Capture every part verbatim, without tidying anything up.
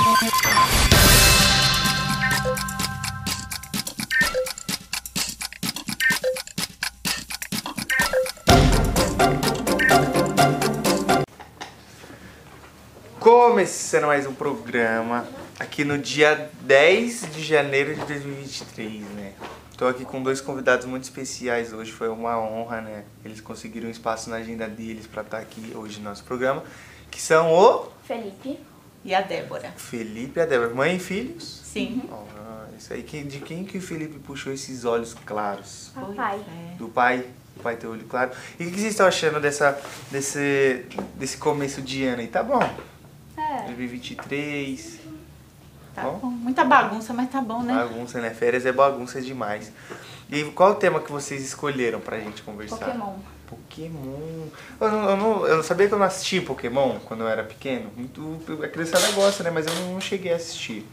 Começando mais um programa aqui no dia dez de janeiro de dois mil e vinte e três, né? Tô aqui com dois convidados muito especiais hoje, foi uma honra, né? Eles conseguiram um espaço na agenda deles pra estar aqui hoje no nosso programa, que são o... Felipe e a Débora. Felipe e a Débora. Mãe e filhos? Sim. Oh, isso aí. De quem que o Felipe puxou esses olhos claros? Papai. É. Do pai? O pai tem olho claro. E o que vocês estão achando dessa, desse, desse começo de ano aí? Tá bom? É. dois mil e vinte e três. Tá bom. bom. Muita bagunça, mas tá bom, né? Bagunça, né? Férias é bagunça demais. E qual o tema que vocês escolheram pra gente conversar? Pokémon. Pokémon. Eu não, eu não, eu não sabia que eu não assisti Pokémon quando eu era pequeno. Muito, a criançada gosta, né? Mas eu não cheguei a assistir.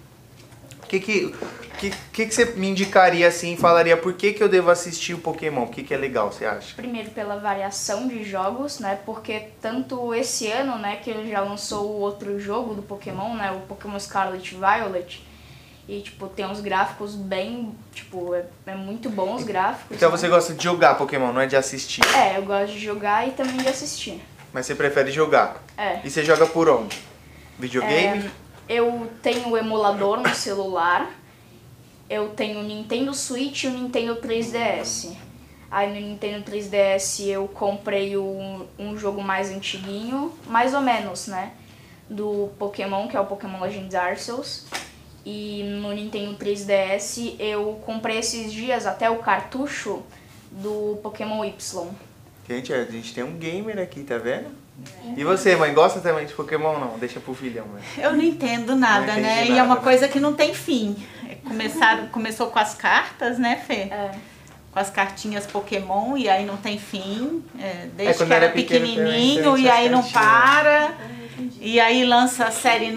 O que que, que, que que você me indicaria assim, falaria por que que eu devo assistir o Pokémon? O que que é legal, você acha? Primeiro pela variação de jogos, né? Porque tanto esse ano, né, que ele já lançou o outro jogo do Pokémon, né, o Pokémon Scarlet e Violet. E, tipo, tem uns gráficos bem, tipo, é, é muito bom os gráficos. Então né? você gosta de jogar Pokémon, não é de assistir? É, eu gosto de jogar e também de assistir. Mas você prefere jogar? É. E você joga por onde? Videogame? É, eu tenho o emulador no celular, eu tenho o Nintendo Switch e o Nintendo três D S. Aí no Nintendo três D S eu comprei um, um jogo mais antiguinho, mais ou menos, né? Do Pokémon, que é o Pokémon Legends Arceus. E no Nintendo três D S eu comprei esses dias até o cartucho do Pokémon Y. Gente, a gente tem um gamer aqui, tá vendo? E você, mãe, gosta também de Pokémon ou não? Deixa pro filhão, mãe. Eu não entendo nada, não né? nada. E é uma coisa que não tem fim. Começaram, começou com as cartas, né, Fê? É. Com as cartinhas Pokémon e aí não tem fim. É, desde É, que era era pequeno pequenininho também, e aí as não cartinhas. para. E aí lança a série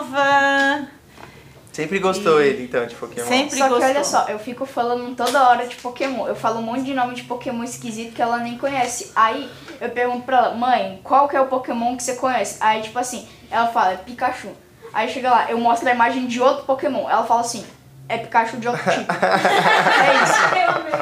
nova. Sempre gostou E- ele, então, de Pokémon? Sempre Só que gostou. olha só, eu fico falando toda hora de Pokémon. Eu falo um monte de nome de Pokémon esquisito que ela nem conhece. Aí eu pergunto pra ela, mãe, qual que é o Pokémon que você conhece? Aí tipo assim, ela fala, é Pikachu. Aí chega lá, eu mostro a imagem de outro Pokémon. Ela fala assim, é Pikachu de outro tipo. É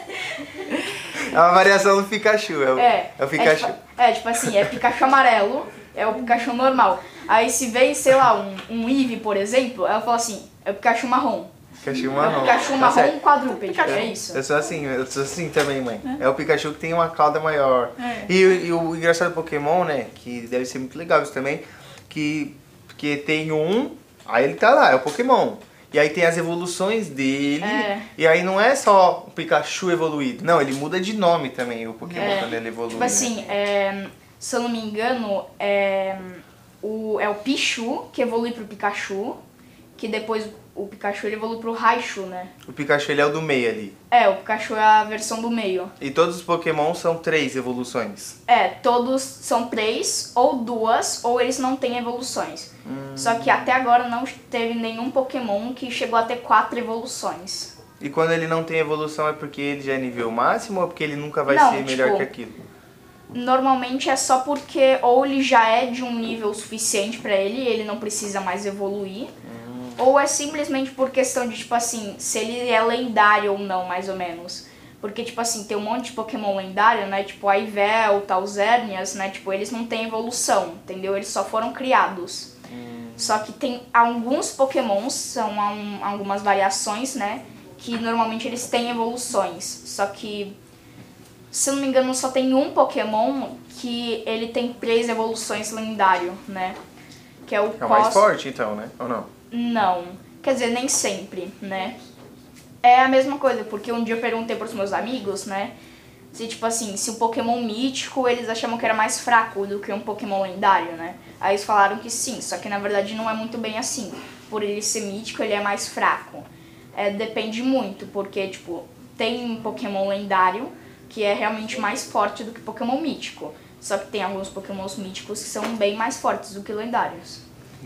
isso. É uma variação do Pikachu, é o, É, é o Pikachu. É tipo, é tipo assim, é Pikachu amarelo, é o Pikachu normal. Aí se vem, sei lá, um, um Eevee, por exemplo, ela fala assim, é o Pikachu marrom. Pikachu É o marrom. Pikachu Tá marrom certo. quadrúpede, é isso. Eu sou assim, eu sou assim também, mãe. É, o Pikachu que tem uma cauda maior. É. E, o- e o engraçado do Pokémon, né, que deve ser muito legal isso também, que, que tem um, aí ele tá lá, é o Pokémon. E aí tem as evoluções dele, É. e aí não é só o Pikachu evoluído, não, ele muda de nome também, o Pokémon, É. quando ele evolui. Tipo assim, é, se eu não me engano, é o, é o Pichu que evolui pro Pikachu, que depois o Pikachu ele evolui pro Raichu, né? O Pikachu ele é o do meio ali. É, o Pikachu é a versão do meio. E todos os Pokémon são três evoluções. É, todos são três, ou duas, ou eles não têm evoluções. Hum. Só que até agora não teve nenhum Pokémon que chegou a ter quatro evoluções. E quando ele não tem evolução é porque ele já é nível máximo ou porque ele nunca vai Não, ser melhor tipo, que aquilo? Normalmente é só porque ou ele já é de um nível suficiente pra ele e ele não precisa mais evoluir, ou é simplesmente por questão de, tipo assim, se ele é lendário ou não, mais ou menos. Porque, tipo assim, tem um monte de Pokémon lendário, né? Tipo, a Ivel, Talzernias, né? Tipo, eles não têm evolução, entendeu? Eles só foram criados. Só que tem alguns Pokémons, são um, algumas variações, né? Que normalmente eles têm evoluções. Só que, se eu não me engano, só tem um Pokémon que ele tem três evoluções lendário, né? Que é o É o mais Cos... forte então, né? Ou não? Não. Quer dizer, nem sempre, né? É a mesma coisa, porque um dia eu perguntei pros meus amigos, né? Se, tipo assim, se o Pokémon mítico, eles achavam que era mais fraco do que um Pokémon lendário, né? Aí eles falaram que sim, só que na verdade não é muito bem assim. Por ele ser mítico, ele é mais fraco. É, depende muito, porque, tipo, tem Pokémon lendário que é realmente mais forte do que Pokémon mítico. Só que tem alguns Pokémons míticos que são bem mais fortes do que lendários.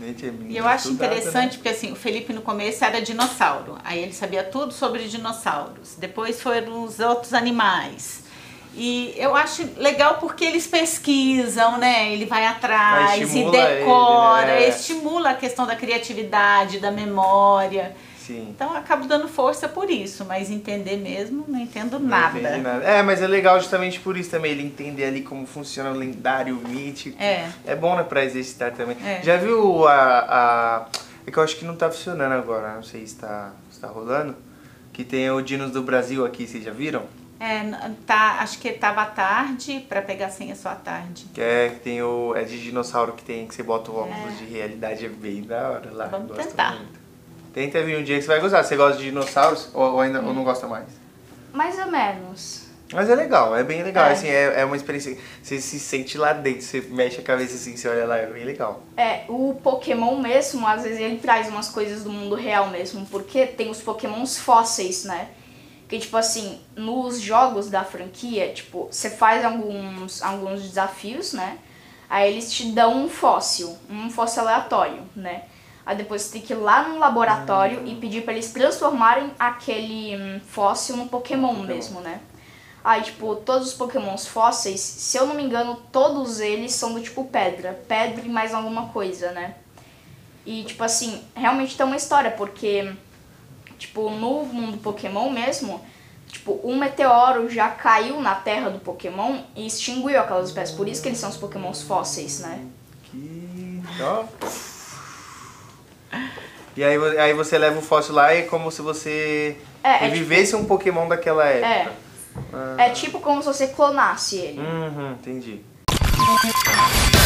E eu acho interessante porque assim, o Felipe no começo era dinossauro, aí ele sabia tudo sobre dinossauros. Depois foram os outros animais. E eu acho legal porque eles pesquisam, né? Ele vai atrás e estimula decora, ele, né? estimula a questão da criatividade, da memória. Sim. Então eu acabo dando força por isso, mas entender mesmo, não entendo Não nada. entendi nada. É, mas é legal justamente por isso também, ele entender ali como funciona o lendário, o mítico. É. É bom, né, pra exercitar também. É. Já viu a, a... É que eu acho que não tá funcionando agora, não sei se tá, se tá rolando. Que tem o Dinos do Brasil aqui, vocês já viram? É, tá, acho que tava à tarde, pra pegar senha só à tarde. Que é, que tem o... É de dinossauro que tem, que você bota o óculos é. de realidade, é bem da hora lá. Vamos gosto tentar. Muito. Tenta vir um dia que você vai gostar. Você gosta de dinossauros ou, ou ainda, hum. ou não gosta mais? Mais ou menos. Mas é legal, é bem legal, É. assim, é, é uma experiência, você se sente lá dentro, você mexe a cabeça assim, você olha lá, é bem legal. É, o Pokémon mesmo, às vezes ele traz umas coisas do mundo real mesmo, porque tem os Pokémons fósseis, né? Que, tipo assim, nos jogos da franquia, tipo, você faz alguns, alguns desafios, né? Aí eles te dão um fóssil, um fóssil aleatório, né? Aí depois você tem que ir lá no laboratório hum. e pedir pra eles transformarem aquele hum, fóssil no Pokémon, Pokémon mesmo, né? Aí, tipo, todos os Pokémons fósseis, se eu não me engano, todos eles são do tipo pedra. Pedra e mais alguma coisa, né? E, tipo assim, realmente tem uma história, porque, tipo, no mundo Pokémon mesmo, tipo, um meteoro já caiu na terra do Pokémon e extinguiu aquelas espécies. Por isso que eles são os Pokémons fósseis, né? Que... Ó. E aí, aí você leva o fóssil lá e é como se você é, revivesse é tipo, um Pokémon daquela época. É. Ah. É tipo como se você clonasse ele. Uhum, entendi.